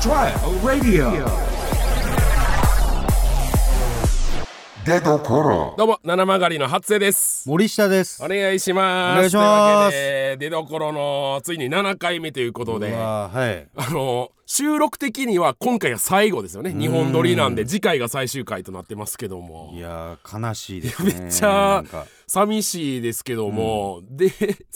Trial Radio 出どころ。 どうも七曲りの初江です。 森下です。 お願いします。 お願いします。 というわけで出どころのついに7回目ということで、 はい、 収録的には今回が最後ですよね。2本撮りなんで次回が最終回となってますけども、 いや悲しいですね。 めっちゃ寂しいですけども、で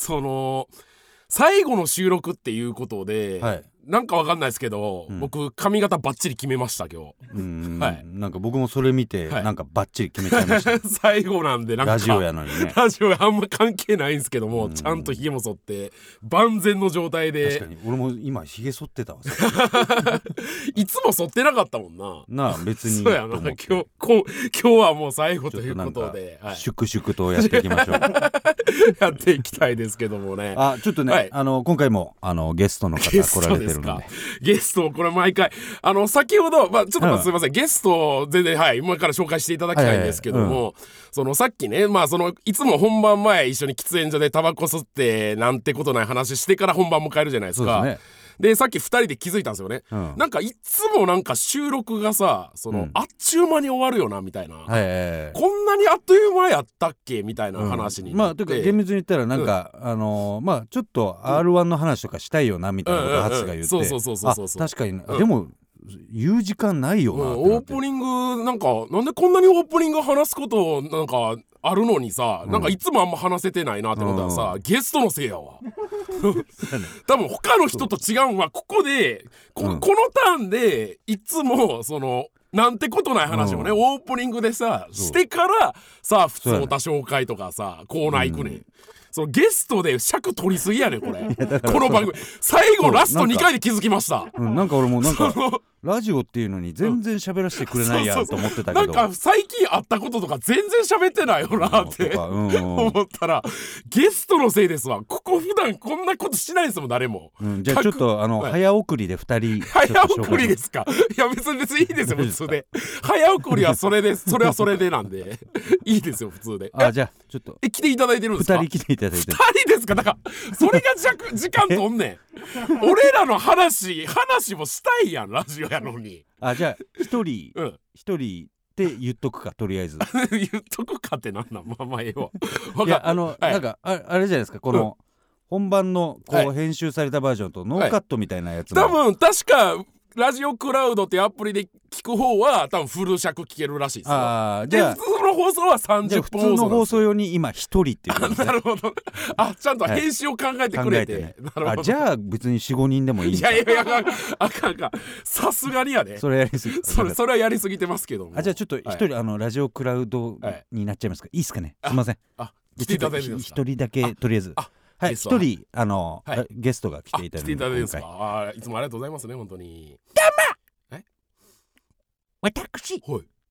最後の収録っていうことで、はい、なんかわかんないですけど、僕髪型バッチリ決めました今日。はい、 なんか僕もそれ見て、なんかバッチリ決めちゃいました最後なんで、なんかラジオやのにね。 ラジオあんま関係ないんですけども、ちゃんとひげも剃って万全の状態で。 確かに俺も今ひげ剃ってたわいつも剃ってなかったもんな。 別にそうやな。今日はもう最後ということで、 粛々とやっていきましょうやっていきたいですけどもね。 ちょっとね、今回もゲストの方来られてるので、 ゲストをこれ毎回先ほど、ちょっとすいません、ゲストを全然今から紹介していただきたいんですけども、さっきね、いつも本番前一緒に喫煙所でタバコ吸ってなんてことない話してから本番迎えるじゃないですか。でさっき2人で気づいたんですよね。なんかいつもなんか収録がさあっちゅう間に終わるよなみたいな、こんなにあっという間やったっけみたいな話になって、 というか厳密に言ったらなんか、ちょっと R1 の話とかしたいよなみたいなことハツが言って、確かに、でも言う時間ないよなってなって、 オープニングなんでこんなにオープニング話すことなんかあるのにさ、なんかいつもあんま話せてないなって思ったらさ、ゲストのせいやわ多分他の人と違うんはここでこのターンでいつもなんてことない話をね、オープニングでさしてからさ、普通歌紹介とかさコーナー行くねん。ゲストで尺取りすぎやねこれこの番組最後ラスト2回で気づきました。 なんか俺もなんかラジオっていうのに全然喋らせてくれないやんと思ってたけど、 なんか最近あったこととか全然喋ってないよなって思ったら、ゲストのせいですわ。ここ普段こんなことしないですもん誰も。 じゃあちょっと早送りで2人早送りですか。いや別にいいですよ普通で。早送りはそれでそれはそれでなんでいいですよ普通で。 じゃあちょっと来ていただいてるんですか。 2人来ていただいてる。 2人ですか。だからそれが時間とんねん俺らの話もしたいやんラジオやのに。 じゃあ一人って言っとくかとりあえず言っとくかってなんなん。まあええわ。 いやなんかあれじゃないですか、この本番の編集されたバージョンとノーカットみたいなやつも、 多分確かラジオクラウドっていうアプリで聞く方は多分フル尺聞けるらしいですよ。じゃあ普通の放送は30分放送。 普通の放送用に今一人っていう、 なるほど。ちゃんと編集を考えてくれて、なるほど。 じゃあ別に 4,5 人でもいい。 いやあかんさすがにやで。 それやりすぎそれはやりすぎてますけども。 じゃあちょっと一人ラジオクラウドになっちゃいますか。いいっすかね。すいません。 来ていただいてるんですか。 一人だけとりあえず一人ゲストが来ていただいてるんですか。いつもありがとうございますね本当に。 私、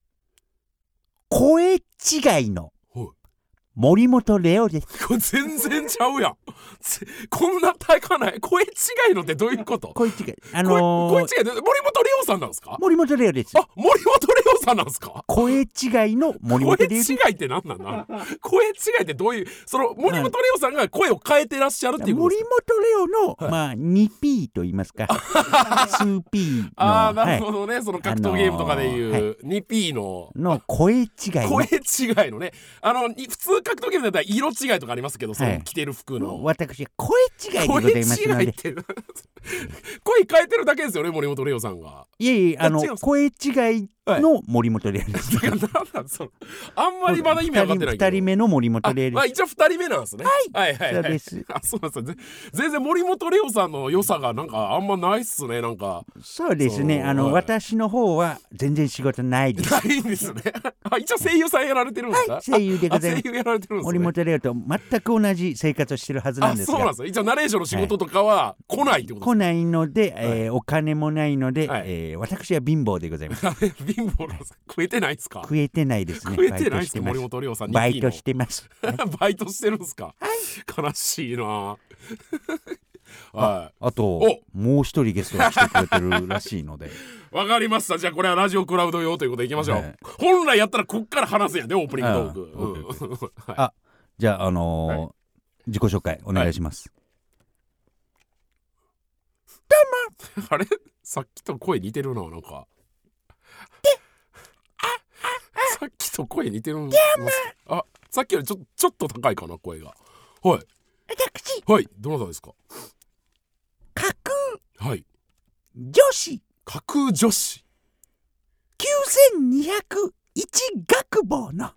声違いの森本レオです。 これ全然ちゃうやんこんな大かない声違いのってどういうこと。 声違い声違いで森本レオさんなんですか。 森本レオです。 森本レオさんなんですか。 声違いの森本レオです。 声違いって何なんだ声違いってどういう森本レオさんが声を変えてらっしゃるっていうことですか。 森本レオの、2P と言いますか2P のなるほどね。格闘ゲームとかでいう、2P の声違いのね。普通格闘ゲームだったら色違いとかありますけど、着てる服の私は声違いでございますので声変えてるだけですよね森本レオさんが。 いや声違いの森本レオです。 あんまりまだ意味分かってないけど 2人目の森本レオです。 一応2人目なんですね。はいそうです。 そうなんですよ。全然森本レオさんの良さがなんかあんまないっすね。なんかそうですね。私の方は全然仕事ないです。 ないんですね。一応声優さんやられてるんですか。 声優でございます。 声優やられてるんですね。 森本レオと全く同じ生活をしてるはずなんですが。 そうなんですよ。一応ナレーションの仕事とかは来ないってことですか。 来ないので、お金もないので、私は貧乏でございます。 貧乏なんですか。食えてないですか。 食えてないですね。 食えてないですか。森本レオさんバイトしてます。 バイトしてるんですか。悲しいな。 あともう一人ゲストが来てくれてるらしいのでわかりました。じゃあこれはラジオクラウド用ということでいきましょう。本来やったらこっから話すやんでオープニングトーク。 じゃあ自己紹介お願いします。 どあれさっきと声似てるな、なんかさっきと声似てるんあ、さっきよりちょっと高いかな、声が。はい、 私、 はい、どなたですか？ 架空はい、 女子架空女子 9201学坊の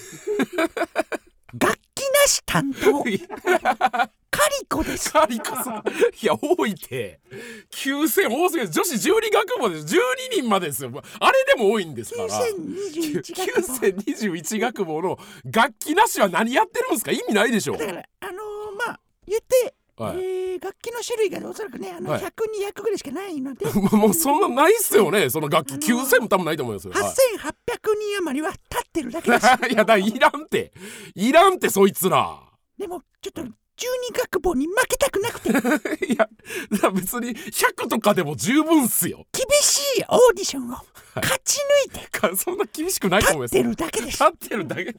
楽器なし担当カリコです。 カリコさん、いや多いって9000多すぎる。女子12学部です。12人までですよ。あれでも多いんですから。9021学部の楽器なしは何やってるんですか？意味ないでしょ。 だからまあ言って、 はい、 楽器の種類がおそらくね100、200ぐらいしかないのでもうそんなないっすよね。その楽器9000も多分ないと思いますよ。 8800人余りは立ってるだけです。 いやだ、いらんってそいつら。でもちょっと12学坊に負けたくなくていや別に100とかでも十分っすよ。 厳しいオーディションを勝ち抜いてそんな厳しくないと思います。 立ってるだけです。 立ってるだけで9200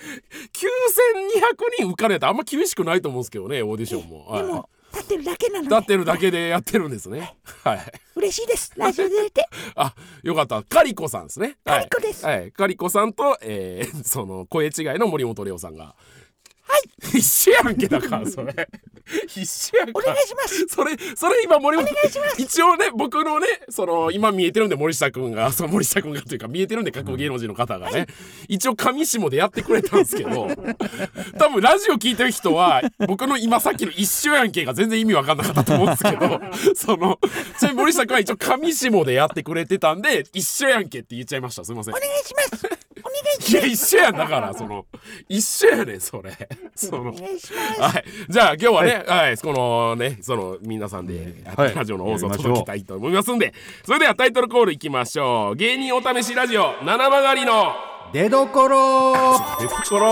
人受かれたらあんま厳しくないと思うんですけどね、オーディションも。 でも立ってるだけなので、 立ってるだけでやってるんですね。はい、 嬉しいです。ラジオで出てあ、よかった。カリコさんですね。 カリコです。 はい、カリコさんと、その声違いの森本レオさんが、 はい、 一緒やんけ。だからそれ一緒やんか。 お願いします。 それ今森本、 お願いします。 一応ね、僕のね、その今見えてるんで森下くんがというか見えてるんで、架空芸能人の方がね、はい、一応上下でやってくれたんですけど多分ラジオ聞いてる人は僕の今さっきの一緒やんけが全然意味わかんなかったと思うんですけどその森下くんは一応上下でやってくれてたんで一緒やんけって言っちゃいました。すいません。 お願いします。 いや一緒やん。だからその一緒やねんそれ。 お願いします。 はい、じゃあ今日はね、はい、このね、その皆さんでラジオの放送を届けたいと思いますんで、それではタイトルコールいきましょう。芸人お試しラジオ七曲りの出どころ 2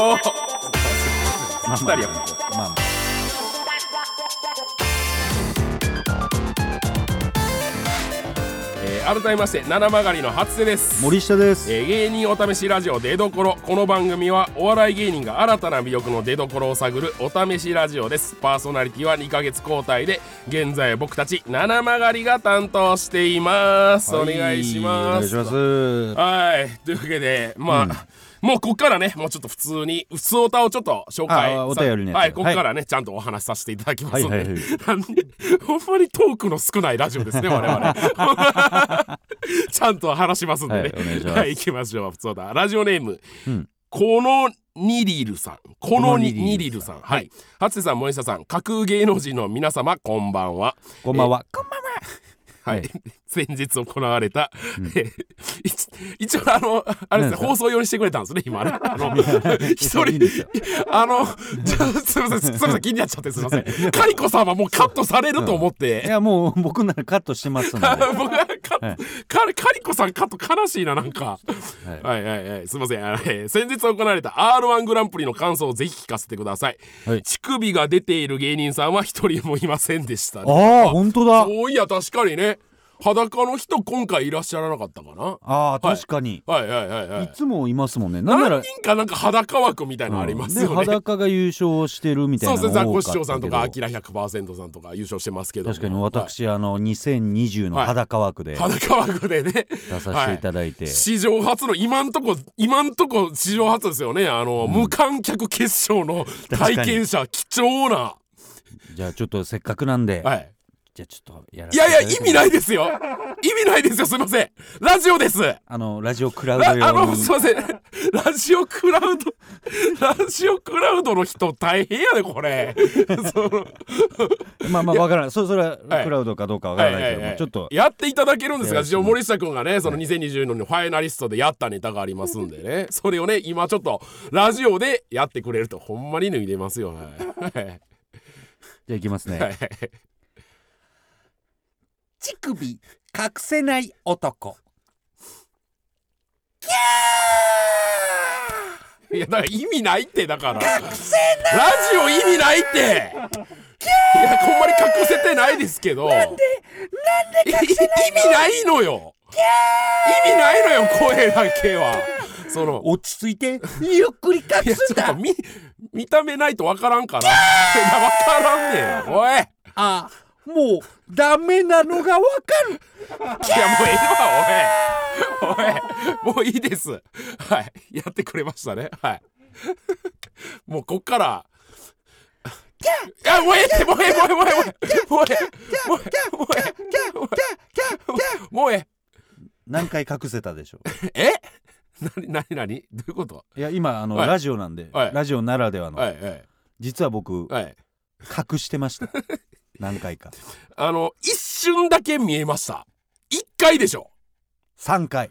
人や改めまして七曲りの初瀬です。 森下です。 芸人お試しラジオ出どころ。この番組はお笑い芸人が新たな魅力の出どころを探るお試しラジオです。パーソナリティは2ヶ月交代で現在僕たち七曲りが担当しています、はい、お願いします。 お願いします。 はい、というわけでもうこっからね、もうちょっと普通オタをちょっと紹介お便りね。 はい、こっからね、ちゃんとお話しさせていただきますので、ほんまにトークの少ないラジオですね、我々ちゃんと話しますんでね。はい、行きましょう。普通オタラジオネーム、このニリルさん。はい。初瀬さん、森下さん、架空芸能人の皆様、こんばんは。 こんばんは。 はい、先日行われた、一応あれですね、放送用にしてくれたんですね今ね。一人すみません気になっちゃってすみません。カリコさんはもうカットされると思って、 いやもう僕ならカットしてますので僕はカリコさんカット悲しいな、なんか。はいすみません。先日行われた R1 グランプリの感想をぜひ聞かせてください。乳首が出ている芸人さんは一人もいませんでしたね。 ああ本当だ。 そういや確かにね、裸の人今回いらっしゃらなかったかな。 ああ確かに、 はいいつもいますもんね。 何人かなんか裸枠みたいなのありますよね。 裸が優勝してるみたいなのが多かったけど、 そうですね、ザコシショウさんとかアキラ 100% さんとか優勝してますけど、 確かに私、2020の裸枠でね出させていただいて、 史上初の今んとこ史上初ですよね。無観客決勝の体験者、貴重な。 じゃあちょっとせっかくなんで、じゃあちょっとやらせていただいて。 意味ないですよすいません。ラジオです。 ラジオクラウド用にすいません。ラジオクラウドの人大変やでこれまあわからない。それはクラウドかどうかわからないけども、ちょっとやっていただけるんですが、森下くんがね、その2020年のファイナリストでやったネタがありますんでねそれをね今ちょっとラジオでやってくれるとほんまに脱いでますよね。 じゃあいきますね。 乳首隠せない男。キャー。いやだから意味ないって、だから隠せないラジオ意味ないって。 キャー。 いやほんまに隠せてないですけど、 なんで隠せないの。 意味ないのよ。 キャー。 意味ないのよ、声だけは。 落ち着いてゆっくり隠すんだ。 見た目ないとわからんから。いやわからんねん。おい。 もうダメなのがわかる。 いやもうええわおいもういいです。はいやってくれましたね。はいもうこっからいやもうええってもうええもうええ何回隠せたでしょう。 えなにどういうこと？ いや今はいラジオなんで、 はいラジオならではの、実は僕、 はい隠してました何回か。 一瞬だけ見えました。1回でしょ。 3回。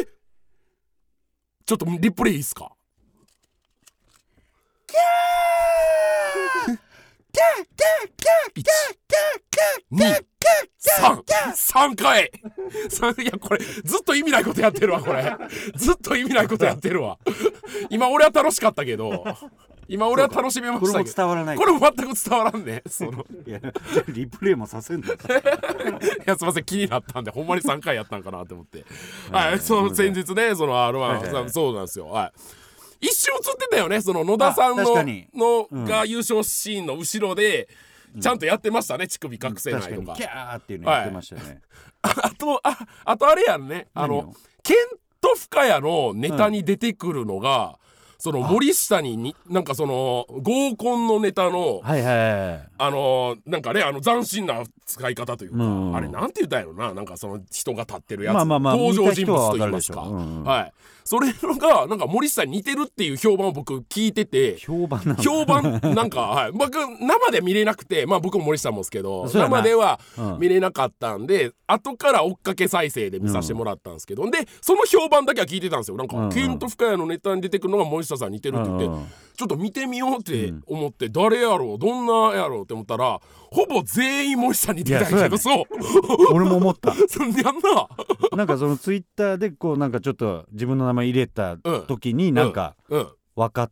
ちょっとリプレイいいっすか？3回いやこれずっと意味ないことやってるわ。これずっと意味ないことやってるわ今俺は楽しかったけど今俺は楽しめましたけど、 これも伝わらない。 これも全く伝わらんねいやリプレイもさせんだいやすいません気になったんでほんまに3回やったんかなと思ってはいその先日ねその R1、そうなんですよ。はい一瞬映ってたよねその野田さんのが優勝シーンの後ろでちゃんとやってましたね乳首隠せないとかキャーっていうのやってましたね。 あとあれやんねケント深谷のネタに出てくるのが、その森下になんかその合コンのネタのなんかね斬新な使い方というか、あれなんて言ったんやろな、なんかその人が立ってるやつ、登場人物と言いますか、はいそれのがなんか森下に似てるっていう評判を僕聞いてて、評判なんか、はい、僕生で見れなくて、まあ僕も森下もですけど生では見れなかったんで、後から追っかけ再生で見させてもらったんですけど、でその評判だけは聞いてたんですよ。なんか、ケント深谷のネタに出てくるのが森下さん似てるって言って、ちょっと見てみようって思って、誰やろうどんなやろうって思ったらほぼ全員森下に似てたんやけど、そう俺も思ったやんななんかそのツイッターでこうなんかちょっと自分の名前入れた時になんか分かって、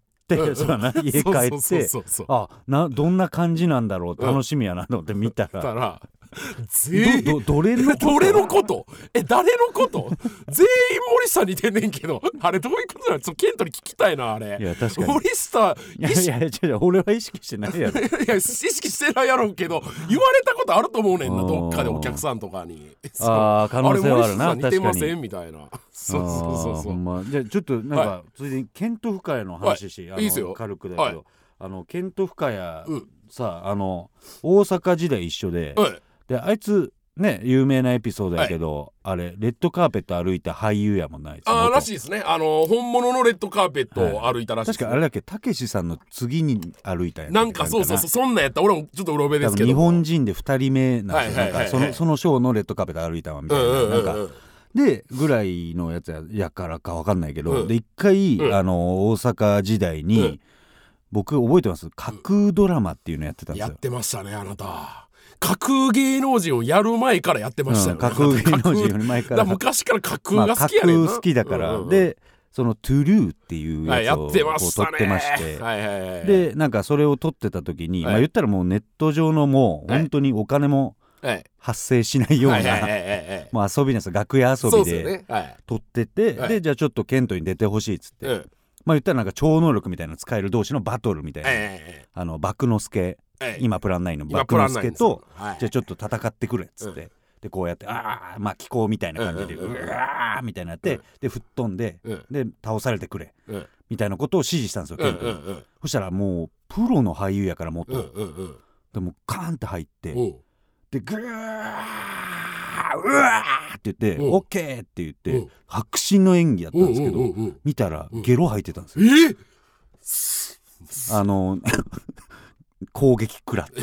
そうだな家帰ってどんな感じなんだろう楽しみやなと思って見たらどれのこと誰のこと全員森下似てんねんけど、あれどういうことなの？ケントに聞きたいなあれ。 いや確かに森下違う俺は意識してないやろ。 いや意識してないやろうけど言われたことあると思うねんな、どっかでお客さんとかに。 可能性はあるな。 あれ森下似てませんみたいな。そうほんまじゃあちょっとなんかついでにケント深谷の話し、いいですよ軽くだけど、ケント深谷さ大阪時代一緒で、であいつね有名なエピソードやけど、あれレッドカーペット歩いた俳優やもんないらしいですね。本物のレッドカーペットを歩いたらしいです、 確かあれだっけたけしさんの次に歩いたやつなんかそうそんなんやった。俺もちょっとうろ覚えですけど、 日本人で2人目なんですよ。そのショーのレッドカーペット歩いたわみたいな、なんかでぐらいのやつやからか分かんないけど、で一回、大阪時代に、僕覚えてます。架空ドラマっていうのやってたんですよ。 やってましたねあなた。架空芸能人をやる前からやってましたよね、 架空芸能人より前から昔から架空が好きやねんな、 架空好きだから、でそのトゥルーっていうやつを撮ってまして、でなんかそれを撮ってた時に、言ったらもうネット上のもう本当にお金も発生しないようなもう遊びなんですよ。楽屋遊びで撮ってて、でじゃあちょっとケントに出てほしいっつって、言ったらなんか超能力みたいなの使える同士のバトルみたいな、バクノスケ今プラン9のバクノスケと、じゃあちょっと戦ってくれっつって、でこうやって気候みたいな感じでうわーみたいになって、で吹っ飛んで、で倒されてくれ、みたいなことを指示したんですよケントに。そしたらもうプロの俳優やからもっと、でもカーンって入って、でグーうわーって言ってオッケーって言って迫真の演技やったんですけど、見たらゲロ吐いてたんですよ。攻撃食らって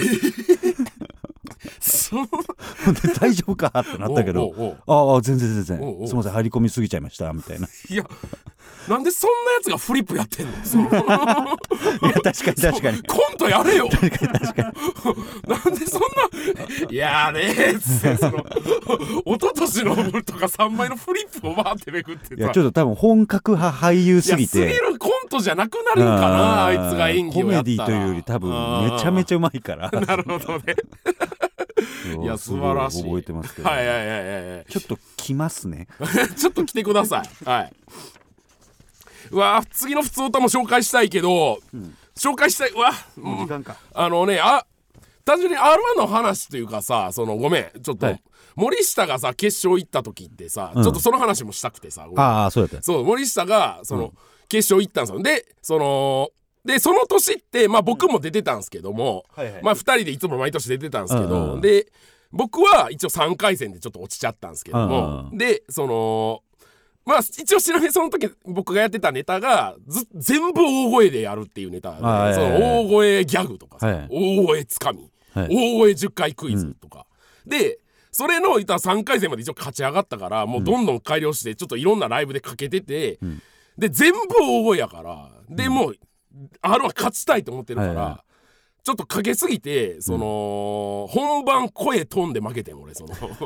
大丈夫かってなったけど、全然すいません入り込みすぎちゃいましたみたいな。いやなんでそんなやつがフリップやってんの？いや確かにコントやれよ。 確かになんでそんないやーねーっつってその一昨年の分とか3枚のフリップをバーってめくってた。 いやちょっと多分本格派俳優すぎて過ぎるコントじゃなくなるんかな、あいつが演技をやったら。 コメディというより多分めちゃめちゃうまいからなるほどねいや素晴らしい。 覚えてますけど、ちょっと来ますねちょっと来てください。うわ次の普通歌も紹介したいけど、紹介したい。うわ時間か。 単純に R1 の話というかさ、ごめんちょっと、はい、森下がさ決勝行った時ってさ、ちょっとその話もしたくてさ、 ああそうやった。 そう森下が決勝行ったんですよ。でその年ってまあ僕も出てたんですけども、まあ2人でいつも毎年出てたんですけど、で僕は一応3回戦でちょっと落ちちゃったんですけども、でまあ一応ちなみにその時僕がやってたネタが全部大声でやるっていうネタで、大声ギャグとかさ、大声つかみ、大声10回クイズとか、でそれの3回戦まで一応勝ち上がったから、もうどんどん改良してちょっといろんなライブでかけてて、で全部大声やから、でもうRは勝ちたいと思ってるから、ちょっとかけすぎて本番声飛んで負けてん俺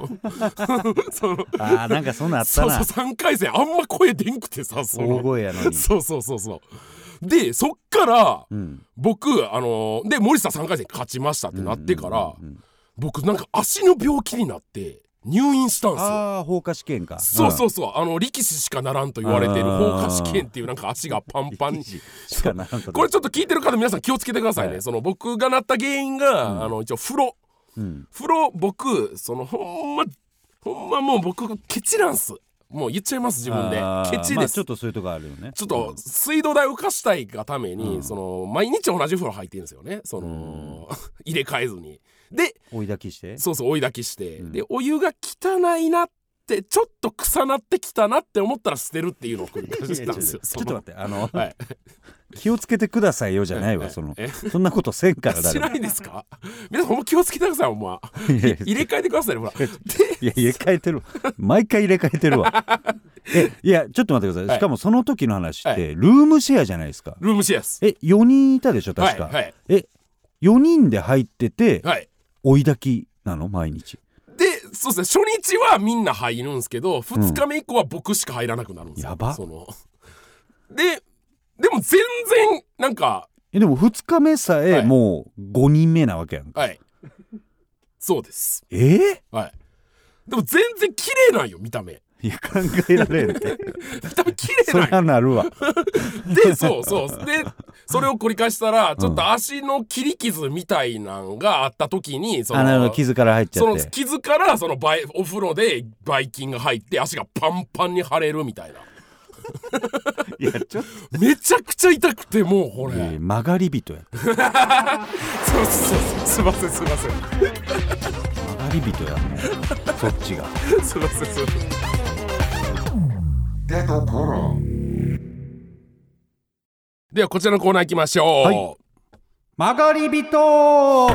なんかそんなあったな。 そう3回戦あんま声出んくてさ、 大声やのに。 そうでそっから、僕で森下3回戦勝ちましたってなってから、僕なんか足の病気になって入院したんですよ。 放火試験か。 そう力士しかならんと言われてる放火試験っていう、なんか足がパンパンにこれちょっと聞いてる方皆さん気をつけてくださいね。僕がなった原因が、一応風呂、僕ほんまもう僕ケチなんす。もう言っちゃいます自分でケチです。 ちょっとそういうとこあるよね。 ちょっと水道代浮かしたいがために、毎日同じ風呂入ってるんですよね。入れ替えずに。で追い炊きして、 追い炊きして、でお湯が汚いなってちょっと臭なってきたなって思ったら捨てるっていうのを繰り返してたんですよ。 ちょっと待って気をつけてくださいよじゃないわ。そんなことせんからだろ。 しないですか皆さん。ほんま気をつけてください。ほんま入れ替えてくださいね。ほらいや入れ替えてる毎回入れ替えてるわいやちょっと待ってください。しかもその時の話ってルームシェアじゃないですか。 ルームシェアです。 4人いたでしょ確か。4人で入ってて、追い炊きなの毎日で。そうですね、初日はみんな入るんですけど、2日目以降は僕しか入らなくなるんですよ。 やば。 でも全然なんかでも2日目さえもう5人目なわけやんか。 そうです。 でも全然綺麗なんよ見た目。 いや考えられんって多分綺麗なんよ。 そりゃなるわででそれを繰り返したらちょっと足の切り傷みたいなんがあった時に傷から入っちゃって、 傷からお風呂でばい菌が入って足がパンパンに腫れるみたいな。 いやちょっとめちゃくちゃ痛くてもうこれ、 曲がり人やすいません曲がり人やもうそっちがすいません出どころ。 ではこちらのコーナー行きましょう。 曲がり人。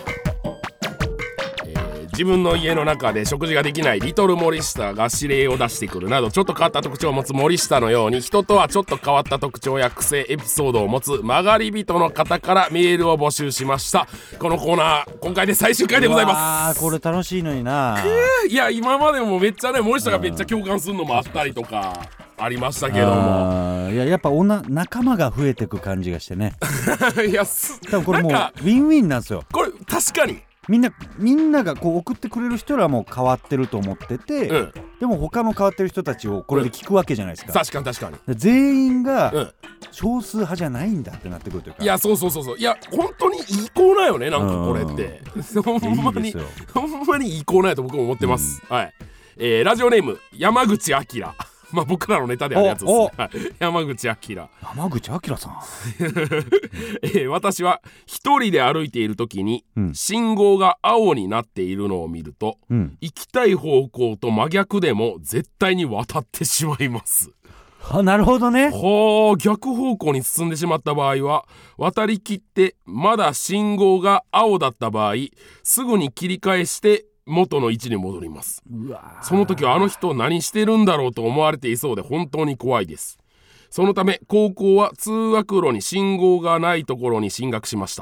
自分の家の中で食事ができないリトル森下が指令を出してくるなど、ちょっと変わった特徴を持つ森下のように、人とはちょっと変わった特徴や癖エピソードを持つ曲がり人の方からメールを募集しました。このコーナー今回で最終回でございます。 これ楽しいのにな。 いや今までもめっちゃね森下がめっちゃ共感するのもあったりとかありましたけども、 やっぱ仲間が増えてく感じがしてねいや多分これもうウィンウィンなんですよ。 これ確かにみんながこう送ってくれる人らも変わってると思ってて、でも他の変わってる人たちをこれで聞くわけじゃないですか。 確かに全員が少数派じゃないんだってなってくるというか、 いやそういや本当にいいコーナーよね。なんかこれってほんまにいいコーナーやと僕も思ってます。ラジオネーム山口明まあ僕らのネタであるやつですね。山口明さん私は一人で歩いている時に、信号が青になっているのを見ると、行きたい方向と真逆でも絶対に渡ってしまいます。 なるほどね。 逆方向に進んでしまった場合は渡りきってまだ信号が青だった場合すぐに切り返して元の位置に戻ります。その時はあの人何してるんだろうと思われていそうで本当に怖いです。そのため高校は通学路に信号がないところに進学しました。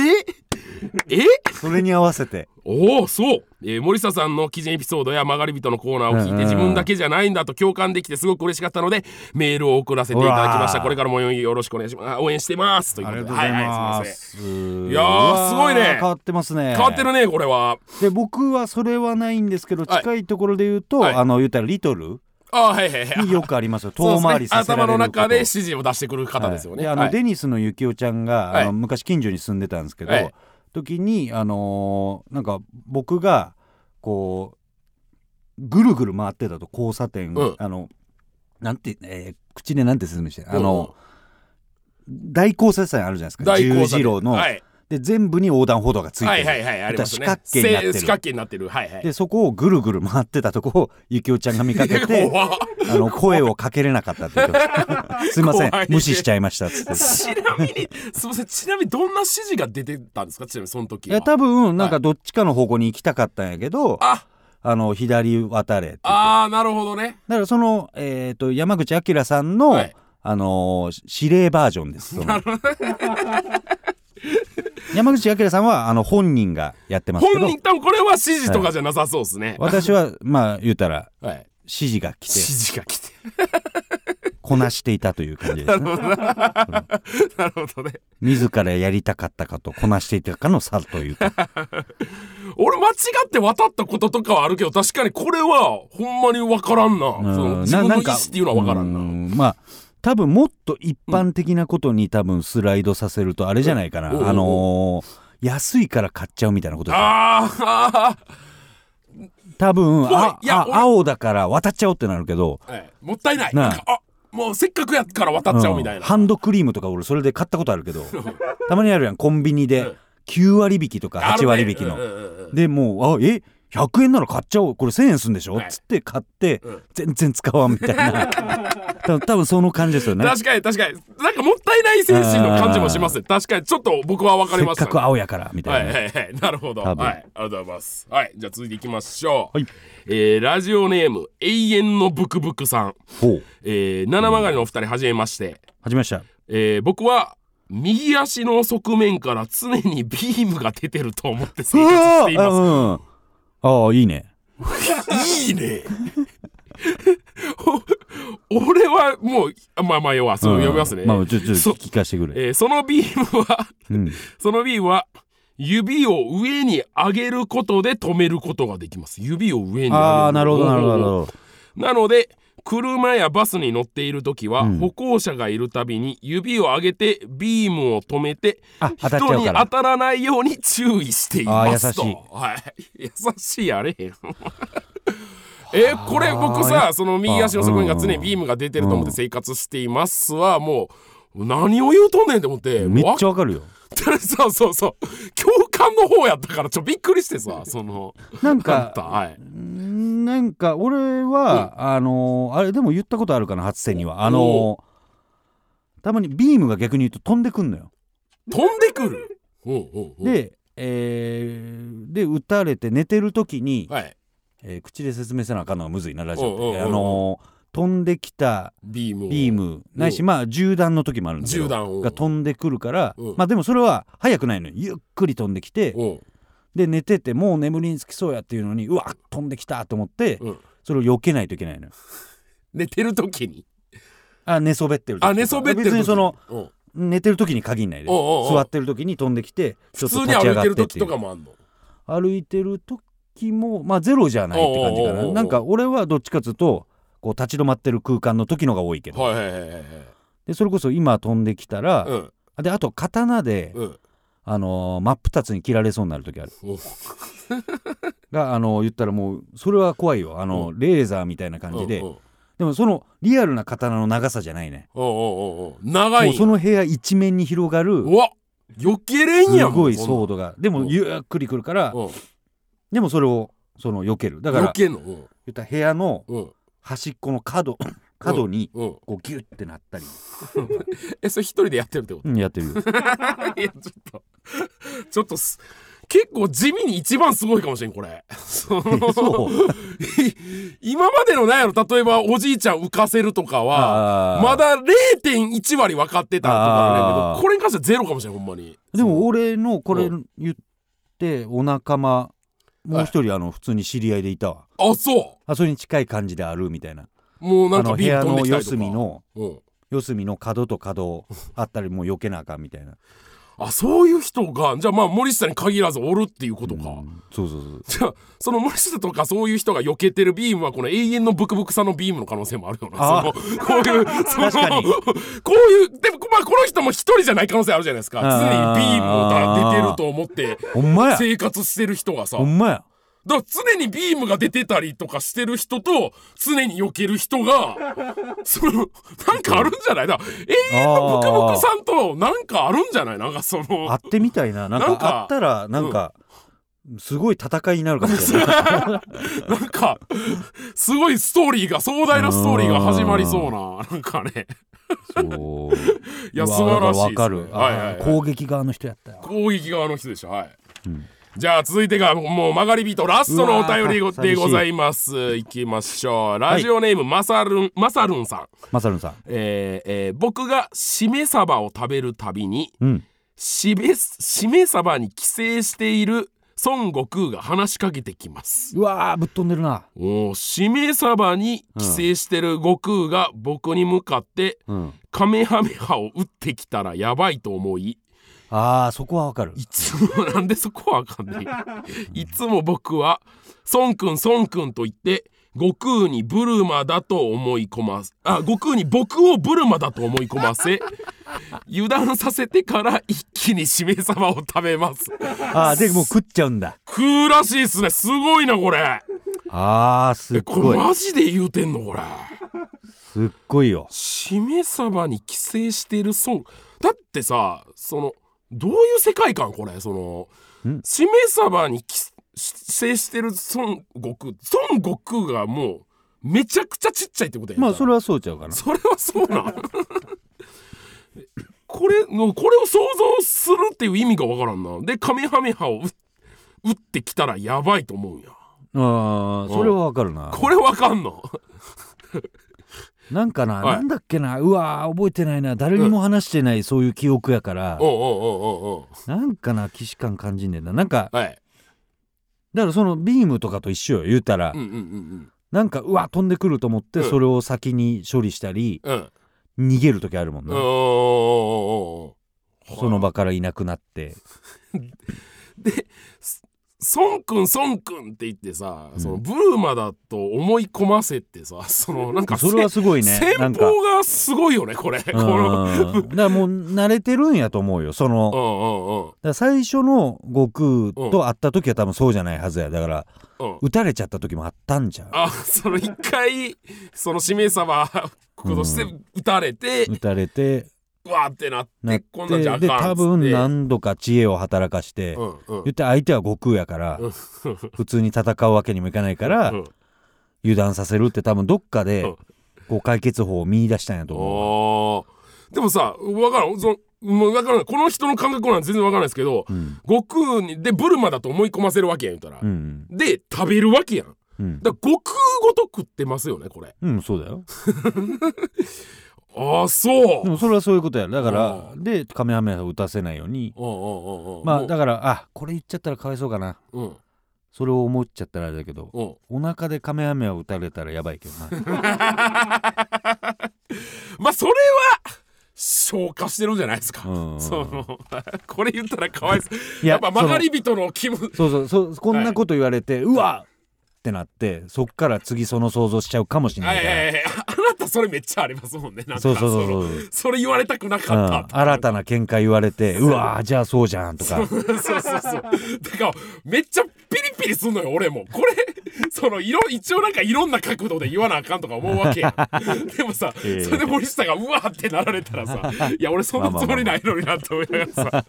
それに合わせてそう、森下さんの記事エピソードや曲がり人のコーナーを聞いて自分だけじゃないんだと共感できてすごく嬉しかったのでメールを送らせていただきました。これからもよろしくお願いします。応援してますということで。 ありがとうございます。 すいやーすごいね。 変わってますね。 変わってるねこれは。 で僕はそれはないんですけど、近いところで言うと、言ったらリトルによくありますよ。遠回りさせられること。頭の中で指示を出してくる方ですよね。 デニスのゆきおちゃんが、昔近所に住んでたんですけど、 時になんか僕がこうぐるぐる回ってたと交差点、なんて、口でなんて説明して大交差点あるじゃないですか、十字路の、で全部に横断歩道がついてる、ありますね、四角形になってる、でそこをぐるぐる回ってたとこをゆきおちゃんが見かけて声をかけれなかったって言ってましたすいません無視しちゃいましたっつって。 ちなみにどんな指示が出てたんですか、ちなみにその時は。 いや多分なんかどっちかの方向に行きたかったんやけど、左渡れって。 なるほどね。 だからその、山口晃さんの、指令バージョンです。山口晃さんは本人がやってますけど、 多分これは指示とかじゃなさそうですね。 私はまあ言うたら、指示が来てこなしていたという感じですね。なるほどね。 自らやりたかったかとこなしていたかの差というか俺間違って渡ったこととかはあるけど、確かにこれはほんまに分からんな。自分の意思っていうのは分からんな。 まあ多分もっと一般的なことに多分スライドさせるとあれじゃないかな、安いから買っちゃうみたいなことですね。多分青だから渡っちゃおうってなるけど、 もったいない。なんかもうせっかくやから渡っちゃうみたいな、 ハンドクリームとか俺それで買ったことあるけどたまにあるやんコンビニで9割引きとか8割引きの、でもう100円なら買っちゃおう、これ1000円すんでしょ、つって買って、全然使わんみたいな多分その感じですよね。 確かになんかもったいない精神の感じもします。確かにちょっと僕は分かりました、 せっかく青やからみたいな。なるほど、ありがとうございます。じゃあ続いていきましょう。ラジオネーム永遠のブクブクさん。七曲りのお二人、はじめまして。 はじめました。 僕は右足の側面から常にビームが出てると思って生活しています。 いいねいいね俺はもう要はそう読みますね。 ちょっと聞かせてくれ。 そのビームは指を上に上げることで止めることができます。指を上に上げる。 なるほど。 なので車やバスに乗っているときは、歩行者がいるたびに指を上げてビームを止めて人に当たらないように注意していますと。優しい。あれへんこれ僕さ、その右足の側面が常にビームが出てると思って生活していますは、もう何を言うとんねんって思って。 めっちゃわかるよそう共感の方やったからびっくりしてさ、 なんか俺は、あれでも言ったことあるかな、初戦にはたまにビームが逆に言うと飛んでくんのよ。 飛んでくる。 で撃たれて寝てる時に、口で説明せなあかんのがむずいなラジオって。飛んできたビームないし、銃弾の時もあるんだけどが飛んでくるから、でもそれは速くないのよ。ゆっくり飛んできて、で寝ててもう眠りにつきそうやっていうのに、うわ飛んできたと思って、それを避けないといけないのよ。 寝てる時に寝そべってる時。別に寝てる時に限んないで、座ってる時に飛んできてちょっと立ち上がってっていう。普通に歩いてる時とかもあんの？歩いてる時もゼロじゃないって感じかな。なんか俺はどっちかというとこう立ち止まってる空間の時のが多いけど、でそれこそ今飛んできたら、であと刀で、真っ二つに切られそうになる時あるが言ったらもうそれは怖いよ。レーザーみたいな感じで、でもそのリアルな刀の長さじゃないね。 長い。 もうその部屋一面に広がる、 避けれんやん。 すごいソードがでもゆっくり来るから、でもそれを避ける。だから言ったら部屋の端っこの角にこうギュッてなったり。 それ一人でやってるってこと？ やってるよ。 いやちょっと結構地味に一番すごいかもしれんこれ。今までのなんやろ、例えばおじいちゃん浮かせるとかはまだ 0.1 割分かってたとかね、これに関してはゼロかもしれんほんまに。 でも俺のこれ言ってお仲間もう一人普通に知り合いでいたわ。それに近い感じであるみたいな。もうなんか部屋の四隅の角と角あったりもう避けなあかんみたいな。 そういう人がじゃあまあ森下に限らずおるっていうことか、 そうじゃあその森下とかそういう人が避けてるビームはこの永遠のブクブクさのビームの可能性もあるよな。こういう確かにこういうでもまあこの人も一人じゃない可能性あるじゃないですか。常にビームが出てると思って生活してる人がさ、 ほんまやだから常にビームが出てたりとかしてる人と常に避ける人がなんかあるんじゃないだ永遠のブクブクさんとなんかあるんじゃないなんかその会ってみたいな。なんかあったらなんか、すごい戦いになるかもしれないなんかすごいストーリーが壮大なストーリーが始まりそうななんかねそういや素晴らしいです、ね、 わかる、攻撃側の人やったよ。 攻撃側の人でした。はい、じゃあ続いてがもう曲がり人ラストのお便りでございます。いきましょう。ラジオネーム、マサルンさん。僕がしめ鯖を食べるたびに、しめ鯖に寄生している孫悟空が話しかけてきます。 うわーぶっ飛んでるな。 しめ鯖に寄生してる悟空が僕に向かって、カメハメハを撃ってきたらやばいと思い、 そこはわかる。 いつもなんでそこはわかんないいつも僕は孫くんと言って悟空にブルマだと思い込ませ悟空に僕をブルマだと思い込ませ油断させてから一気にしめ鯖を食べます。 でもう食っちゃうんだ。 食うらしいっすね。すごいなこれ。 すっごい。 これマジで言うてんのこれ。 すっごいよ。 しめ鯖に寄生してるだってさどういう世界観これしめ鯖に寄生してる孫悟空がもうめちゃくちゃちっちゃいってことやんか。 それはそうちゃうかな。 それはそうなんこれを想像するっていう意味がわからんな。でカメハメハを打ってきたらやばいと思うんや。 それはわかるな。 これわかんのなんかな、なんだっけな、覚えてないな。誰にも話してないそういう記憶やから、なんかな、既視感感じんねんな。なんか、だからそのビームとかと一緒よ。言うたら、なんか飛んでくると思ってそれを先に処理したり、逃げる時あるもんな。その場からいなくなってで孫くんって言ってさ、ブルマだと思い込ませてさ、なんかそれはすごいね。 戦法がすごいよねこれ。だからもう慣れてるんやと思うよ。だから最初の悟空と会った時は多分そうじゃないはずや。だから撃たれちゃった時もあったんじゃん。 一回しめ鯖として撃たれてうわーってなってこんなんじゃあかんっつって、 多分何度か知恵を働かして、言って相手は悟空やから、普通に戦うわけにもいかないから、油断させるって多分どっかで解決法を見出したんやと思う。でもさ分からんこの人の感覚なんて全然分からないですけど、悟空にでブルマだと思い込ませるわけやん言ったら、で食べるわけやん、だから悟空ごと食ってますよねこれ。 そうだよそうでもそれはそういうことや。だからでカメハメハを打たせないように、だからこれ言っちゃったらかわいそうかな、それを思っちゃったらあれだけど、お腹でカメハメハを打たれたらやばいけどなそれは消化してるんじゃないですか。これ言ったらかわいそう。やっぱ曲がり人の気分。 こんなこと言われて、うわっってなってそっから次その想像しちゃうかもしれないから。 あなたそれめっちゃありますもんね。なんかそれ言われたくなかった、 新たな見解言われてうわじゃあそうじゃんとかそうだからめっちゃピリピリすんのよ俺も。これ一応なんかいろんな角度で言わなあかんとか思うわけやでもさ、それで森下がうわってなられたらさいや俺そんなつもりないのになって思いながらさ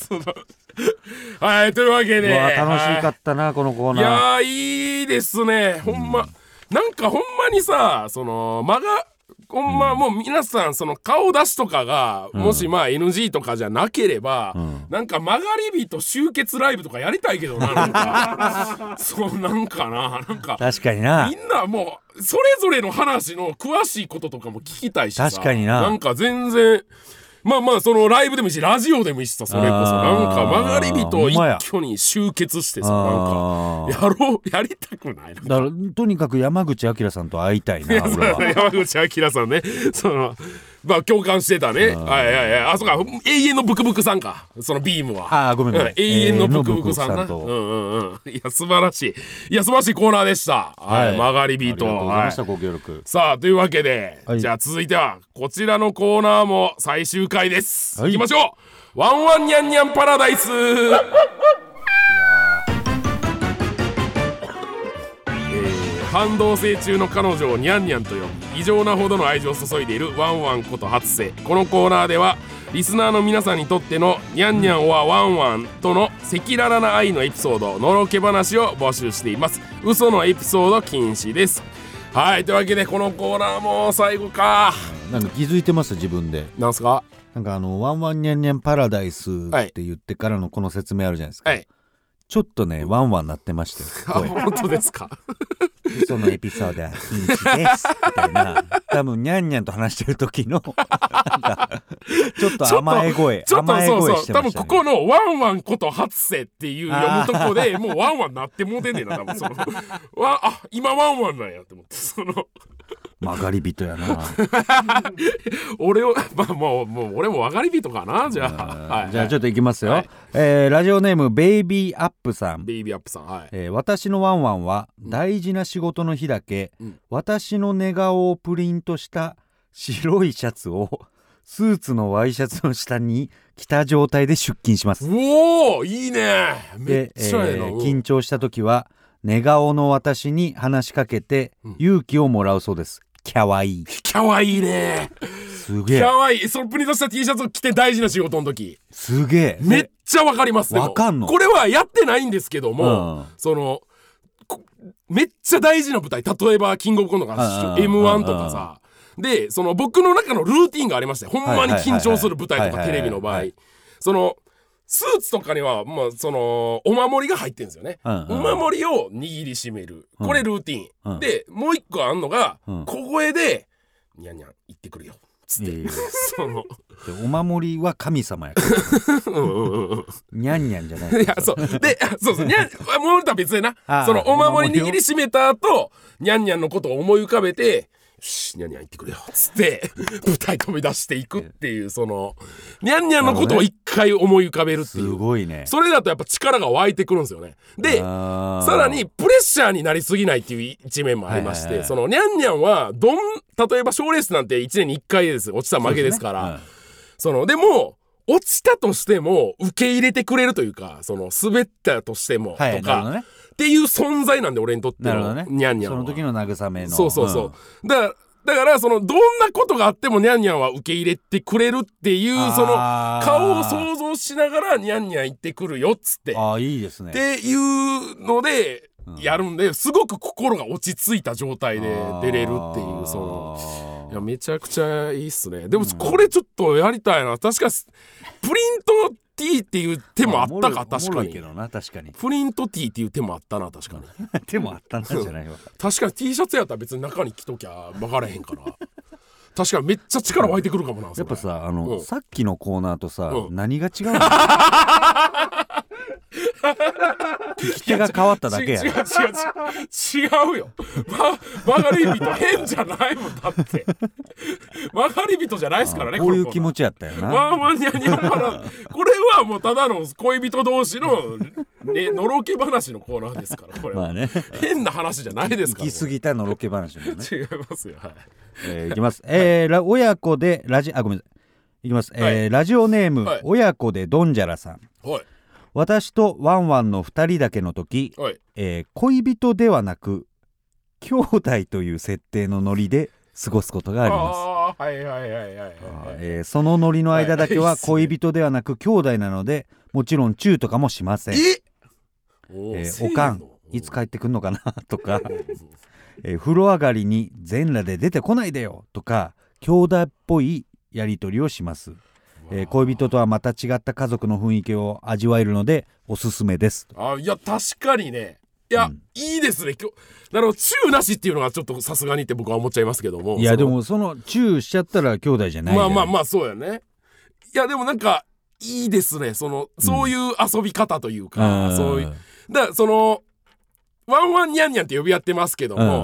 はい、というわけで楽しかったなこのコーナー。 いやいいですねほんま。なんかほんまにさほんまもう皆さん顔出しとかがもしNG とかじゃなければ、なんか曲がり人集結ライブとかやりたいけどな。なんかなんかなんか確かにな。 みんなもうそれぞれの話の詳しいこととかも聞きたいしさ。 確かになんか全然ライブでもいいしラジオでもいいしさ、それこそなんか曲がり人を一挙に集結してさ、なんかやりたくない。だからとにかく山口晃さんと会いたいな俺は。 山口晃さんね、 まあ共感してたね。はいはいはい。あ、そうか、永遠のブクブクさんか、そのビームは。 あ、ごめんごめん。 永遠のブクブクさんな。うんうんうん。いや素晴らしい。いや素晴らしいコーナーでした。はい。曲がり人。ありがとうございました、ご協力。さあというわけで、じゃあ続いてはこちらのコーナーも最終回です。行きましょう。ワンワンニャンニャンパラダイス。半同棲中の彼女をニャンニャンと呼び異常なほどの愛情を注いでいるワンワンこと初瀬。このコーナーではリスナーの皆さんにとってのニャンニャンはワンワンとの赤裸々な愛のエピソード、のろけ話を募集しています。嘘のエピソード禁止です。はい、というわけでこのコーナーも最後か。 なんか気づいてます、自分で。 なんすか。 なんかワンワンニャンニャンパラダイスって言ってからのこの説明あるじゃないですか、はい、ちょっとねワンワンなってましたよ。 本当ですか。 そのエピソードは禁止ですみたいな、多分ニャンニャンと話してる時のなんかちょっと甘え声、甘え声してましたね。 多分ここのワンワンこと初瀬っていう読むとこでもうワンワンなってもうてんねんな、多分そのあ、今ワンワンなんやって思って、その曲がり人やな。 俺を、まあ、もう俺も曲がり人かな。じゃあ、はい、 じゃあちょっといきますよ、はい。ラジオネームベイビーアップさん。 ベイビーアップさん、はい。 私のワンワンは大事な仕事の日だけ、私の寝顔をプリントした白いシャツをスーツのワイシャツの下に着た状態で出勤します。 おお、いいね。めっちゃええな。 緊張した時は寝顔の私に話しかけて勇気をもらうそうです。キャワイイ。 キャワイイね。 すげえ。 キャワイイ。そのプリントした T シャツを着て大事な仕事の時。 すげえ。 めっちゃわかります。 わかんの。 これはやってないんですけども、そのめっちゃ大事な舞台、例えばキングオブコントとか M1 とかさ、でその僕の中のルーティンがありまして、ほんまに緊張する舞台とかテレビの場合、そのスーツとかには、まあ、そのお守りが入ってるんですよね、お守りを握りしめる、これルーティン、でもう一個あんのが、小声でニャンニャン行ってくるよつって、そのお守りは神様やからニャンニャンじゃない。 いや、そうで、そうニャン守りとは別でな、そのお守り握りしめた後ニャンニャンのことを思い浮かべて、よしニャンニャン行ってくれよっつって舞台飛び出していくっていう、そのニャンニャンのことを一回思い浮かべるっていう、 すごいね。 それだとやっぱ力が湧いてくるんですよね。でさらにプレッシャーになりすぎないっていう一面もありまして、そのニャンニャンは例えば賞レースなんて1年に1回です。落ちたら負けですから、そのでも落ちたとしても受け入れてくれるというか、その滑ったとしてもとか、っていう存在なんで、俺にとってのニャンニャンは、その時の慰めの、 そうだからそのどんなことがあってもニャンニャンは受け入れてくれるっていう、その顔を想像しながらニャンニャン行ってくるよっつって、 いいですねっていうのでやるんで、すごく心が落ち着いた状態で出れるっていう、そのいやめちゃくちゃいいっすね。でもこれちょっとやりたいな。確かプリントT っていう手もあったか。確かにプリント T っていう手もあったな。確かに手もあったんじゃないわ。 確かに T シャツやったら別に中に着ときゃ分からへんから確かにめっちゃ力湧いてくるかもな。 やっぱささっきのコーナーとさ、何が違うの聞き手が変わっただけや。 違うよ。曲がり人変じゃないもん。だって曲がり人じゃないですからね。 こういう気持ちやったよな。 ワンワンニャンニャンパラこれはもうただの恋人同士の、ね、のろけ話のコーナーですから。これは、変な話じゃないですから。 行き過ぎたのろけ話もね。 違いますよ。はい。 いきます。親子でごめんなさい。いきます。ラジオネーム、親子でドンジャラさん。私とワンワンの2人だけの時、恋人ではなく兄弟という設定のノリで過ごすことがあります。そのノリの間だけは恋人ではなく兄弟なので、もちろんチューとかもしません。おかんいつ帰ってくんのかなとか風呂上がりに全裸で出てこないでよとか、兄弟っぽいやり取りをします。恋人とはまた違った家族の雰囲気を味わえるのでおすすめです。 いや確かにね。いや、いいですね。なるほど、チューなしっていうのはちょっとさすがにって僕は思っちゃいますけども。 いやでもそのチューしちゃったら兄弟じゃない。 まあそうやね。いやでもなんかいいですね。そういう遊び方というか、そういうだからそのワンワンニャンニャンって呼び合ってますけども、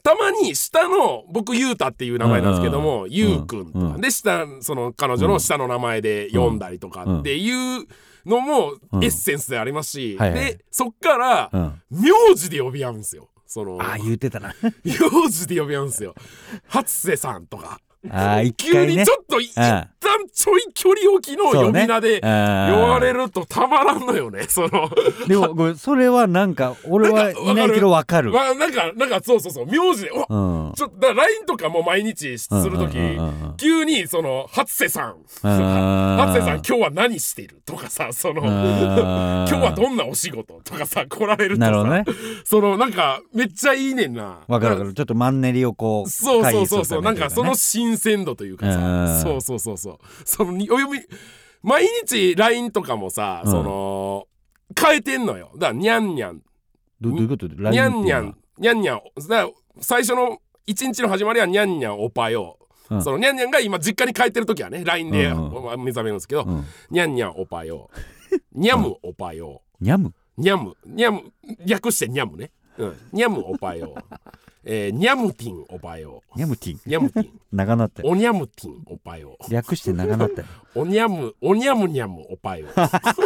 たまに下の僕ゆうたっていう名前なんですけども、ゆうくんとかで下その彼女の下の名前で読んだりとかっていうのもエッセンスでありますし、でそっから名字で呼び合うんですよ。 言ってたな名字で呼び合うんですよ。初瀬さんとか急にちょっと一旦ちょい距離置きの呼び名で呼ばれるとたまらんのよね。 でもそれはなんか俺はいないけど分かる。 なんかそう名字でちょっとだから LINE とかも毎日するとき急に初瀬さん初瀬さん今日は何してるとかさ今日はどんなお仕事とかさ来られるとさ、なんかめっちゃいいねんな。 分かるちょっとマンネリをこうそうなんかその新鮮度というかさそう毎日 LINE とかもさ変えてんのよ。だからにゃんにゃんどういうこと？ にゃんにゃんにゃんにゃん最初の一日の始まりはにゃんにゃんおぱよ、にゃんにゃんが今実家に帰ってる時はね LINE で目覚めるんですけど、にゃんにゃんおぱよにゃむおぱよにゃむ略してにゃむね、にゃむおぱよにゃむティンおぱよにゃむティン長なっておにゃむティンおぱよ略して長なっておにゃむにゃむおぱよ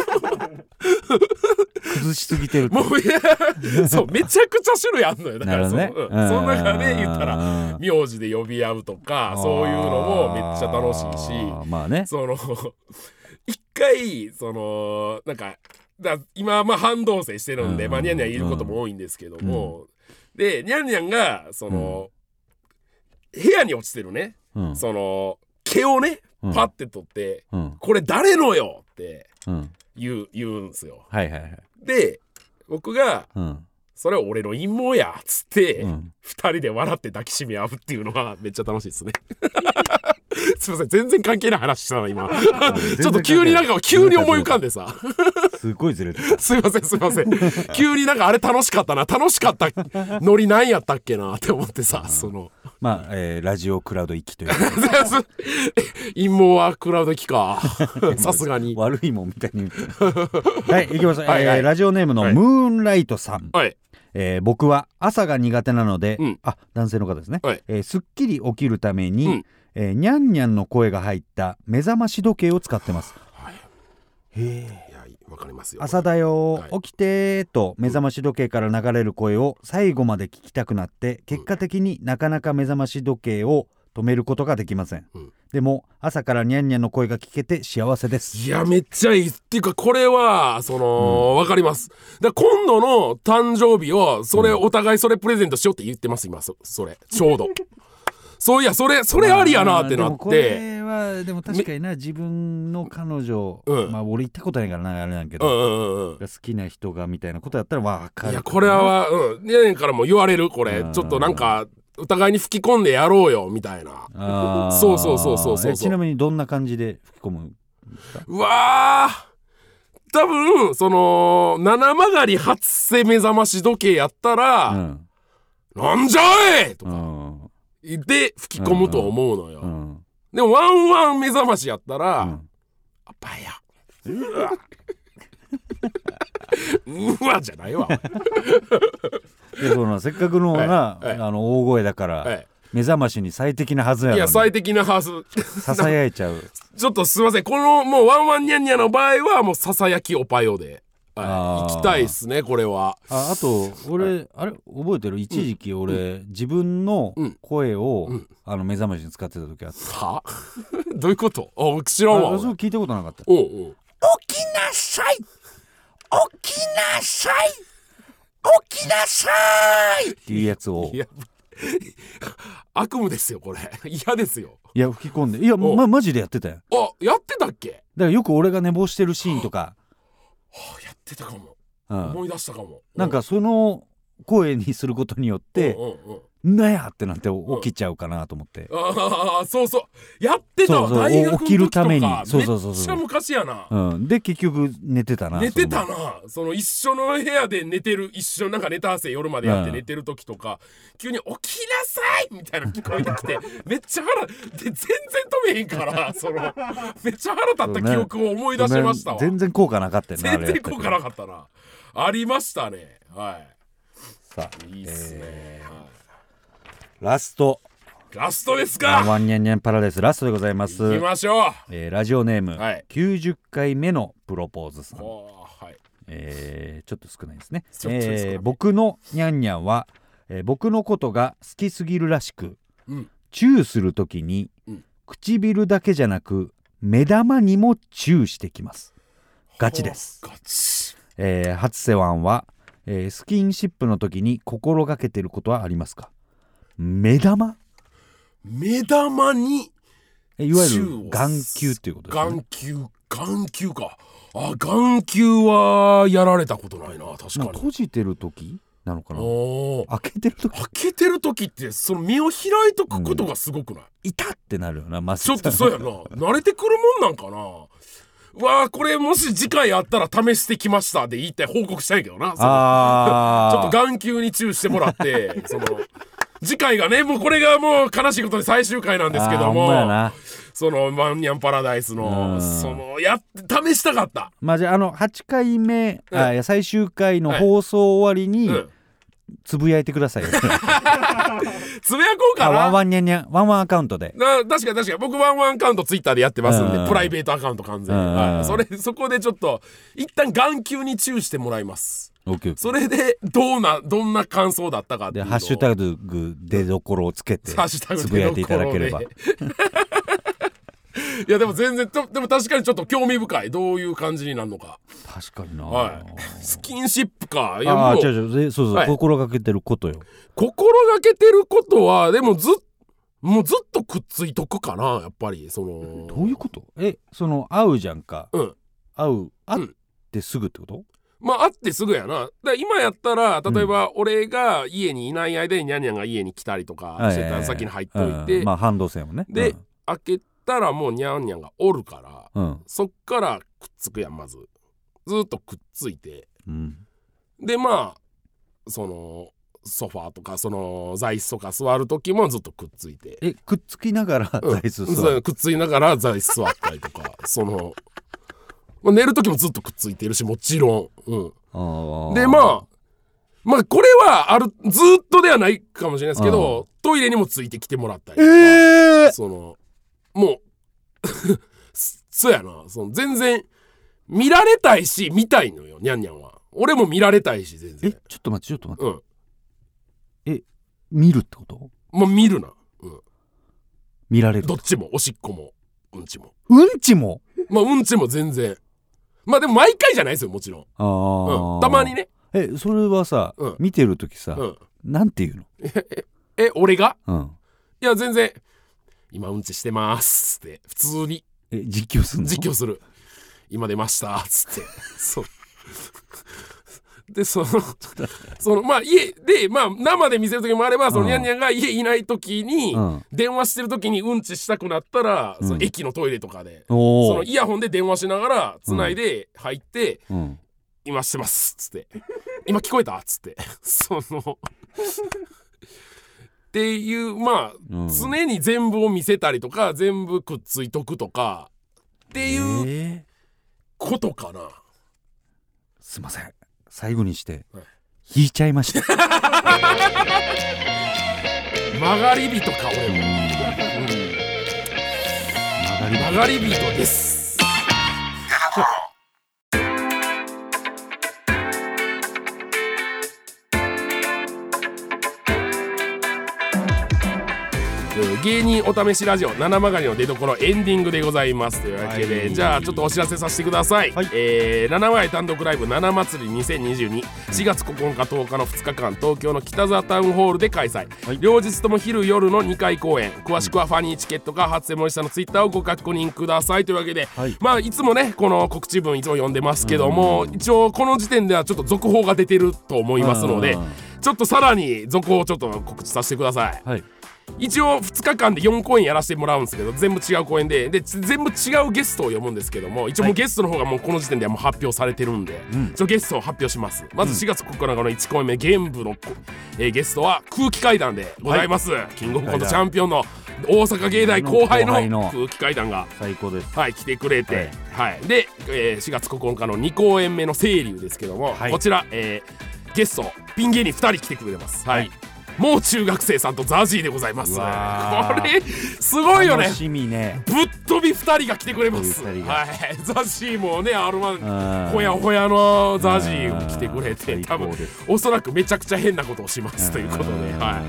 崩しすぎてるもうそうめちゃくちゃ種類あんのよ。だからその中で言ったら名字で呼び合うとかそういうのもめっちゃ楽しいし、 まあね一回なんか今半同棲してるんでにゃんにゃんいることも多いんですけども、でにゃんにゃんが部屋に落ちてるね、毛をねパッて取って、これ誰のよって言うんですよ。で僕が、それは俺の陰謀やっつって、二人で笑って抱きしめ合うっていうのがめっちゃ楽しいですね。すいません全然関係ない話したな今ちょっと急に思い浮かんでさすごいずれてたすいません急にあれ楽しかったノリなんやったっけなって思ってさラジオクラウド行きという陰謀はクラウド行きかさすがに悪いもんみたいに言ってはい行きます、ラジオネームのムーンライトさん、僕は朝が苦手なので、男性の方ですね、すっきり起きるために、にゃんにゃんの声が入った目覚まし時計を使ってます。 わかりますよ。 朝だよ、起きてと目覚まし時計から流れる声を最後まで聞きたくなって、結果的になかなか目覚まし時計を止めることができません、でも朝からにゃんにゃんの声が聞けて幸せです。 いやめっちゃいいっていうかこれはわかります。だ今度の誕生日をお互いそれプレゼントしようって言ってます今それちょうどそういやそれありやなってなって、 これはでも確かにな自分の彼女、俺行ったことないからなあれなんけど、好きな人がみたいなことやったら分かる。 いやこれはねねからも言われるこれちょっとお互いに吹き込んでやろうよみたいな。そうちなみにどんな感じで吹き込むんですか？ うわー多分七曲り初瀬目覚まし時計やったら、なんじゃいとかで吹き込むと思うのよ、でもワンワン目覚ましやったら、あっぱやうわじゃないわせっかくの大声だから、目覚ましに最適なはずやのに。 いや最適なはずささやいちゃうちょっとすいませんもうワンワンニャンニャの場合はもうささやきおぱよで行きたいっすねこれは。 あと俺、あれ覚えてる？一時期俺、自分の声を、目覚ましに使ってた時あった。 はどういうこと？知らんわ。 そう聞いたことなかった。 起きなさい起きなさい起きなさいっていうやつを。 いや悪夢ですよこれ嫌ですよ。 いや吹き込んでいやマジでやってたよ。 やってたっけ？だからよく俺が寝坊してるシーンとかやってたかも、思い出したかも。 なんかその声にすることによってなんやってなって起きちゃうかなと思って、 そうやってたわ。大学の時とか起きるためにめっちゃ昔やな、 で結局寝てたな。 一緒の部屋で寝てる一緒なんかネタ合わせ夜までやって寝てる時とか、急に起きなさいみたいな聞こえてきてめっちゃ腹で全然止めへんからめっちゃ腹立った記憶を思い出しましたわ。 全然効果なかったよな。 全然効果なかったな。ありましたね。はい。 さあいいっすね。 ラストですか。 ワンニャンニャンパラダイスラストでございます。 行きましょう。ラジオネーム、90回目のプロポーズさん。ちょっと少ないですね。僕のニャンニャンは、僕のことが好きすぎるらしく、チューするときに、唇だけじゃなく目玉にもチューしてきます。ガチです。初瀬ワンは、スキンシップの時に心がけてることはありますか？目玉にいわゆる眼球っていうことですね。 眼球か。眼球はやられたことないな。確かに閉じてる時なのかな。開けてる時ってその目を開いとくことがすごくない？ 痛ってなるよな。 ちょっとそうやな。慣れてくるもんなんかな。わあ、これもし次回あったら試してきましたで言いたい報告したいけどな。ちょっと眼球にチューしてもらって次回がね、もうこれがもう悲しいことに最終回なんですけども、そのワンニャンパラダイスの試したかった。 じゃあ8回目、最終回の放送終わりに、つぶやいてくださいよ。 つぶやこうかな。 ワンニャンニャンワンワンアカウントで。 確かに僕ワンワンアカウントツイッターでやってますんで、プライベートアカウント完全に、そこでちょっと一旦眼球にチューしてもらいます。それでどんな感想だったかっていうのをハッシュタグ出どころをつけてつぶやいていただければ。 いやでも全然でも確かにちょっと興味深い。どういう感じになるのか。 確かにな、 スキンシップか。 そう、心がけてることよ。 心がけてることはでもずっとくっついとくかな。やっぱりどういうこと？会うじゃんか。会ってすぐってこと？ 会ってすぐやな。今やったら例えば俺が家にいない間にニャンニャンが家に来たりとかしてたら先に入っといて、 半動線もね。 で、開けたらもうニャンニャンがおるから、そっからくっつくやん。まずずっとくっついて、でそのソファーとかその座椅子とか座る時もずっとくっついて、 くっつきながら座椅子座る、 くっついながら座椅子座ったりとか寝る時もずっとくっついてるし、もちろん、でこれはずっとではないかもしれないですけど、トイレにもついてきてもらったりとか、もうそうやな。全然見られたいし見たいのよ、ニャンニャンは。俺も見られたいし全然。 ちょっと待って、見るってこと？ 見るな、 見られる。 どっちも、おしっこもうんちも。 うんちも全然。でも毎回じゃないですよ、もちろん。たまにね。 それはさ、見てるときさ、なんて言うの？俺が？いや全然今うんちしてますって普通に実況するの？ 実況する。今出ましたっつってそうで家で生で見せる時もあれば、ニャンニャンが家いない時に、電話してる時にうんちしたくなったら、その駅のトイレとかでそのイヤホンで電話しながらつないで入って、今してますっつって今聞こえたっつってっていう常に全部を見せたりとか全部くっついとくとかっていうことかな。 すいません、最後にして引いちゃいました。 曲がり人か俺も、曲がり人です。芸人お試しラジオ七曲りの出所エンディングでございますというわけで、じゃあちょっとお知らせさせてください。七曲り単独ライブ七祭り2022、4月9日10日の2日間東京の北沢タウンホールで開催、両日とも昼夜の2回公演。詳しくはファニーチケットか初瀬森下のツイッターをご確認くださいというわけで、いつもねこの告知文いつも読んでますけども、一応この時点ではちょっと続報が出てると思いますので、ちょっとさらに続報をちょっと告知させてください。一応2日間で4公演やらせてもらうんですけど、全部違う公演で全部違うゲストを読むんですけども、一応もうゲストの方がもうこの時点ではもう発表されてるんで、ゲストを発表します。まず4月9日の1公演目玄武の、ゲストは空気階段でございます、キングオブコントチャンピオンの大阪芸大後輩の空気階段が最高です、 来てくれて、で、4月9日の2公演目の清流ですけども、こちら、ゲストピン芸人2人来てくれてます。 もう中学生さんとザジーでございます。これすごいよね。 楽しみね。 ぶっ飛び2人が来てくれます。はい、ザジーもね R1 ほやほやのザジーも来てくれて、多分おそらくめちゃくちゃ変なことをしますということで、はい、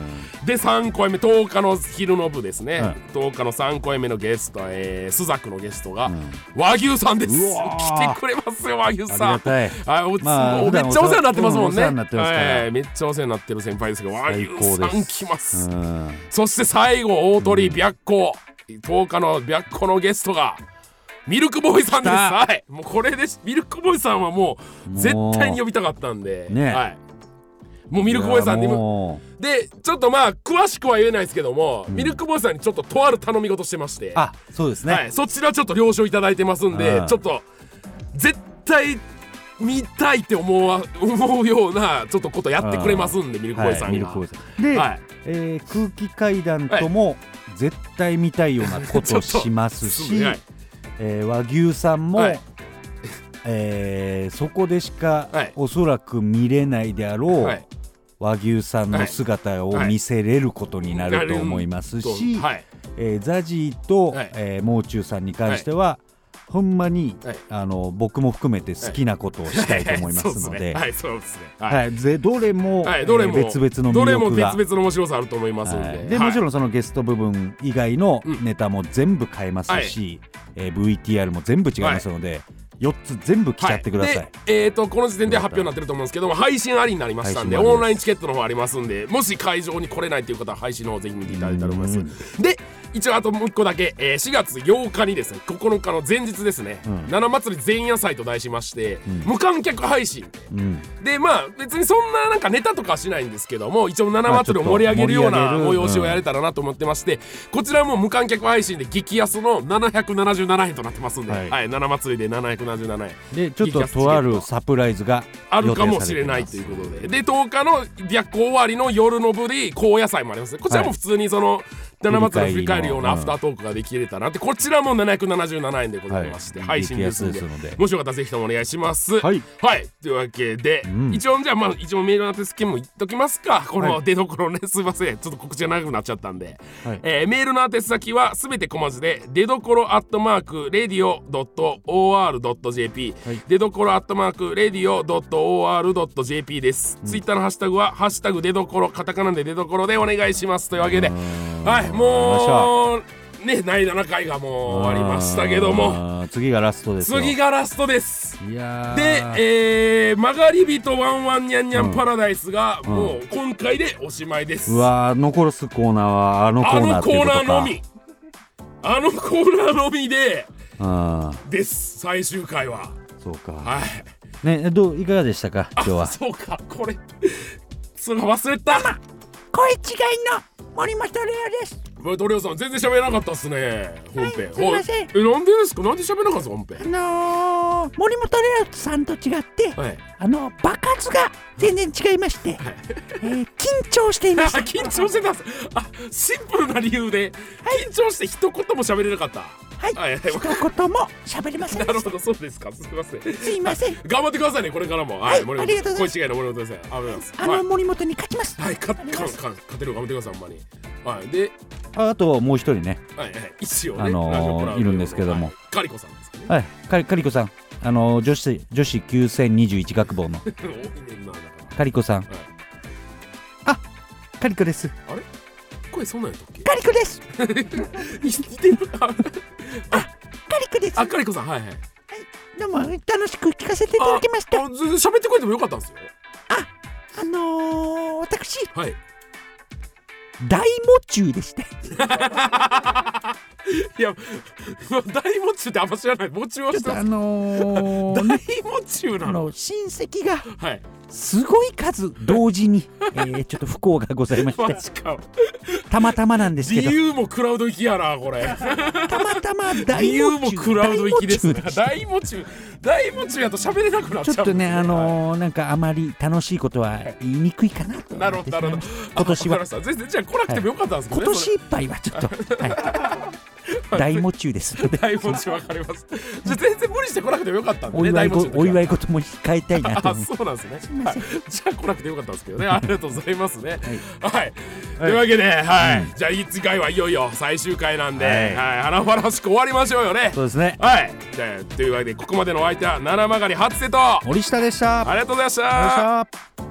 で3公演目10日の昼の部ですね、10日の3公演目のゲスト、スザクのゲストが和牛さんです。来てくれますよ和牛さん。 ありがたい。 めっちゃお世話になってますもんね。 めっちゃお世話になってる先輩ですけど和牛さん来ます。そして最後大鳥白子、10日の白子のゲストがミルクボーイさんです。はい、もうこれでミルクボーイさんはもう絶対に呼びたかったんで、ね、はい、もうミルクボーイさんでちょっとまあ詳しくは言えないですけども、ミルクボーイさんにちょっととある頼み事してまして、 そうですね、 はい、そちらちょっと了承いただいてますんで、ちょっと絶対見たいって思うようなちょっとことやってくれますんで、ミルクボーイさんが。 で、はい、空気階段とも絶対見たいようなことをしますし、和牛さんも、そこでしかおそらく見れないであろう、和牛さんの姿を見せれることになると思いますし、ザジーと、もう中さんに関してはほんまに、僕も含めて好きなことをしたいと思いますので、どれも別々の魅力が、 別々の面白さあると思いますので、 でもちろんそのゲスト部分以外のネタも全部変えますし、VTR も全部違いますので、4つ全部来ちゃってください。 この時点で発表になってると思うんですけども、配信ありになりましたんで、オンラインチケットの方ありますんで、もし会場に来れないという方は配信の方ぜひ見ていただいたらと思います。で一応あともう1個だけ、4月8日にですね、9日の前日ですね、七祭り前夜祭と題しまして、無観客配信で、まあ別にそんななんかネタとかはしないんですけども、一応七祭りを盛り上げるような催しをやれたらなと思ってまして、こちらも無観客配信で激安の777円となってますんで、七祭りで777円で、ちょっととあるサプライズがあるかもしれないということで、で10日の白子終わりの夜の部で高野菜もありますね。こちらも普通にその七祭りを振り返るようなアフタートークができれたなって、こちらも777円でございまして、配信ですので、もしよかったらぜひともお願いします。はい、というわけで、一応じゃあ一応メールの宛先も言っときますか。この出どころね、すいません、ちょっと告知が長くなっちゃったんで、メールの宛先はすべて小文字で、出どころ@radio.or.jp、出どころ@radio.or.jp です。ツイッターのハッシュタグはハッシュタグ出どころ、カタカナで出どころでお願いしますというわけで、もうね、第7回がもう終わりましたけども、 次がラストです。 次がラストです。で、曲がり人ワンワンニャンニャンパラダイスがもう今回でおしまいです。 うわー、残すコーナーはあのコーナーっていうことか。 あのコーナーのみでです、最終回は。 そうか、ね、いかがでしたか今日は。 そうか、これそれ忘れた。 声違いの森本レオです。 森本レオさん全然喋らなかったっすね、本編。 すいません。 なんでですか、なんで喋らなかったんですか本編。 森本レオさんと違って、場数が全然違いまして、緊張していました。 緊張してたんです。シンプルな理由で緊張して一言も喋れなかった。 一言も喋れません。 なるほど、そうですか。すみません。 すいません。 頑張ってくださいね、これからも。 ありがとうございます。 声違いの森本先生、 森本に勝ちます。 勝てる、頑張ってください、ほんまに。で、 あともう一人ね、 一応ね、 いるんですけども、 カリコさんですかね。 カリコさん、女子9021学坊のカリコさん。カリコです。 あれ、声そんなんやったっけ。 カリコです。 似てる。 カリコです。 カリコさん、 どうも楽しく聞かせていただきました。 喋ってくれてもよかったんですよ。 私、大喪中でして。 いや、大喪中ってあんま知らない。喪中は知ってます。大喪中なの。 親戚がすごい数同時に、ちょっと不幸がございまして。たまたまなんですけど。 理由もクラウド行きやな、これ。 たまたま大喪中。 理由もクラウド行きです。大喪中やと喋れなくなっちゃう。 ちょっとね、なんかあまり楽しいことは言いにくいかなと。 なるほど。 今年は。 全然じゃあ来なくてもよかったんですけどね。 今年いっぱいはちょっと。 大喪中です大喪中わかります。じゃあ全然無理して来なくてもよかったんでね。 お祝い事も控えたいなと思って。 そうなんですね。はい、じゃあ来なくてよかったんですけどね。ありがとうございますね。はい。というわけで、はい。じゃあ次回はいよいよ最終回なんで、はい。華々しく終わりましょうよね。 そうですね。 はい。じゃあというわけでここまでのお相手は七曲り初瀬と森下でした。 ありがとうございました。